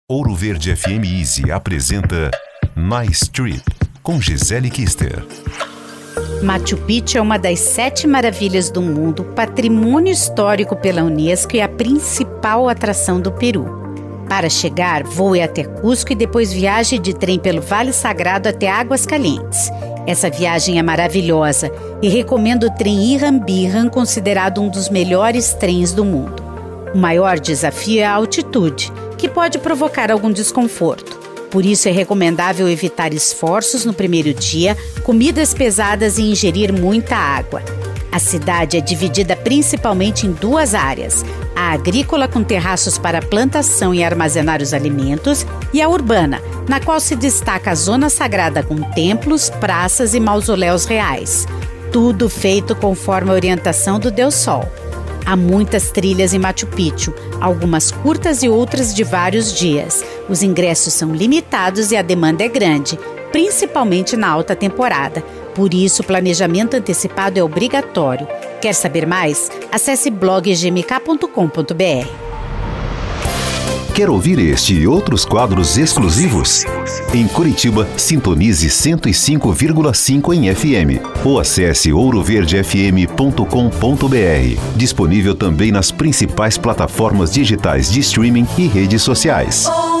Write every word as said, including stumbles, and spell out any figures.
Ouro Verde F M Easy apresenta Nice Trip, com Gisele Kister. Machu Picchu é uma das sete maravilhas do mundo, patrimônio histórico pela Unesco e a principal atração do Peru. Para chegar, voe até Cusco e depois viaje de trem pelo Vale Sagrado até Águas Calientes. Essa viagem é maravilhosa e recomendo o trem Iran-Biran, considerado um dos melhores trens do mundo. O maior desafio é a altitude, que pode provocar algum desconforto. Por isso é recomendável evitar esforços no primeiro dia, comidas pesadas e ingerir muita água. A cidade é dividida principalmente em duas áreas: a agrícola, com terraços para plantação e armazenar os alimentos, e a urbana, na qual se destaca a zona sagrada com templos, praças e mausoléus reais. Tudo feito conforme a orientação do Deus Sol. Há muitas trilhas em Machu Picchu, algumas curtas e outras de vários dias. Os ingressos são limitados e a demanda é grande, principalmente na alta temporada. Por isso, o planejamento antecipado é obrigatório. Quer saber mais? Acesse blog g m k ponto com ponto b r. Quer ouvir este e outros quadros exclusivos? Em Curitiba, sintonize cento e cinco vírgula cinco em F M ou acesse ouro verde f m ponto com ponto b r. Disponível também nas principais plataformas digitais de streaming e redes sociais.